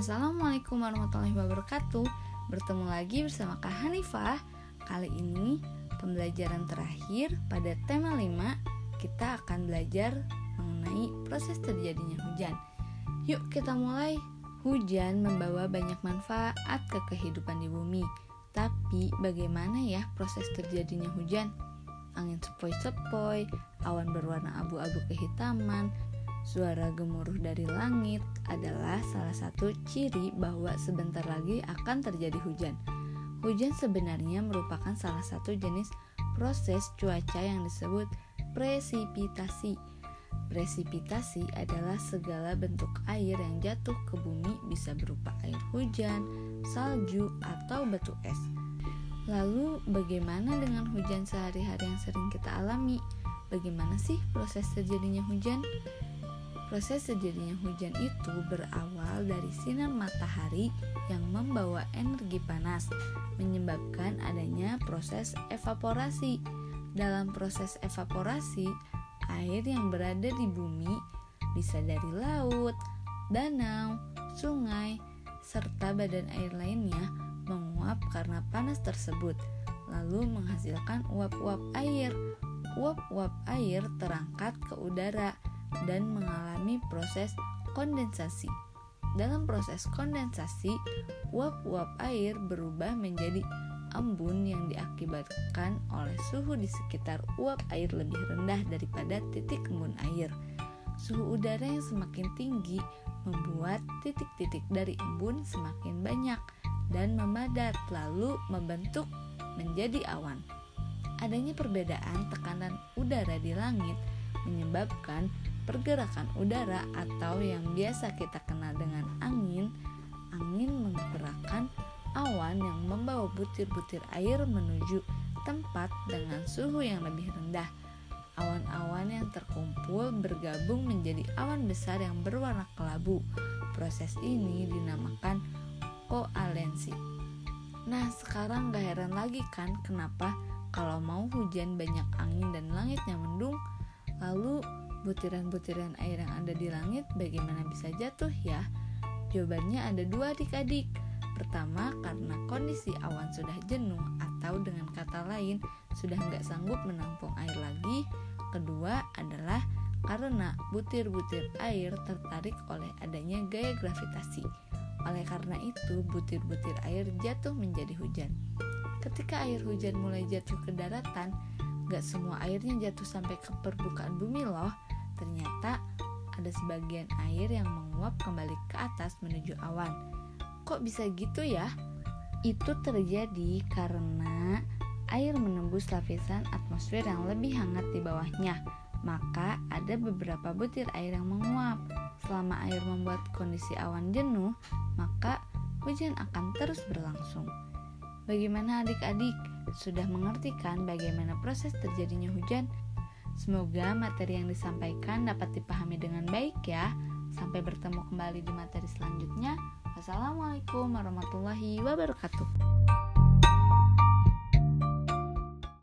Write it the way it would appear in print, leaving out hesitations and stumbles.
Assalamualaikum warahmatullahi wabarakatuh. Bertemu lagi bersama Kak Hanifah. Kali ini pembelajaran terakhir pada tema 5. Kita akan belajar mengenai proses terjadinya hujan. Yuk kita mulai. Hujan membawa banyak manfaat ke kehidupan di bumi. Tapi bagaimana ya proses terjadinya hujan? Angin sepoi-sepoi, awan berwarna abu-abu kehitaman, suara gemuruh dari langit adalah salah satu ciri bahwa sebentar lagi akan terjadi hujan. Hujan sebenarnya merupakan salah satu jenis proses cuaca yang disebut presipitasi. Presipitasi adalah segala bentuk air yang jatuh ke bumi, bisa berupa air hujan, salju, atau batu es. Lalu bagaimana dengan hujan sehari-hari yang sering kita alami? Bagaimana sih proses terjadinya hujan? Proses terjadinya hujan itu berawal dari sinar matahari yang membawa energi panas, menyebabkan adanya proses evaporasi. Dalam proses evaporasi, air yang berada di bumi bisa dari laut, danau, sungai, serta badan air lainnya menguap karena panas tersebut, lalu menghasilkan uap-uap air. Uap-uap air terangkat ke udara dan mengalami proses kondensasi. Dalam proses kondensasi, uap-uap air berubah menjadi embun yang diakibatkan oleh suhu di sekitar uap air lebih rendah daripada titik embun air. Suhu udara yang semakin tinggi membuat titik-titik dari embun semakin banyak dan memadat, lalu membentuk menjadi awan. Adanya perbedaan tekanan udara di langit menyebabkan pergerakan udara atau yang biasa kita kenal dengan angin. Angin menggerakkan awan yang membawa butir-butir air menuju tempat dengan suhu yang lebih rendah. Awan-awan yang terkumpul bergabung menjadi awan besar yang berwarna kelabu. Proses ini dinamakan koalensi. Nah, sekarang gak heran lagi kan kenapa kalau mau hujan banyak angin dan langitnya mendung, lalu butiran-butiran air yang ada di langit bagaimana bisa jatuh ya? Jawabannya ada dua adik-adik. Pertama, karena kondisi awan sudah jenuh atau dengan kata lain sudah gak sanggup menampung air lagi. Kedua adalah karena butir-butir air tertarik oleh adanya gaya gravitasi. Oleh karena itu, butir-butir air jatuh menjadi hujan. Ketika air hujan mulai jatuh ke daratan, gak semua airnya jatuh sampai ke permukaan bumi loh. Ternyata ada sebagian air yang menguap kembali ke atas menuju awan. Kok bisa gitu ya? Itu terjadi karena air menembus lapisan atmosfer yang lebih hangat di bawahnya. Maka ada beberapa butir air yang menguap. Selama air membuat kondisi awan jenuh, maka hujan akan terus berlangsung. Bagaimana adik-adik? Sudah mengerti kan bagaimana proses terjadinya hujan? Semoga materi yang disampaikan dapat dipahami dengan baik ya. Sampai bertemu kembali di materi selanjutnya. Wassalamualaikum warahmatullahi wabarakatuh.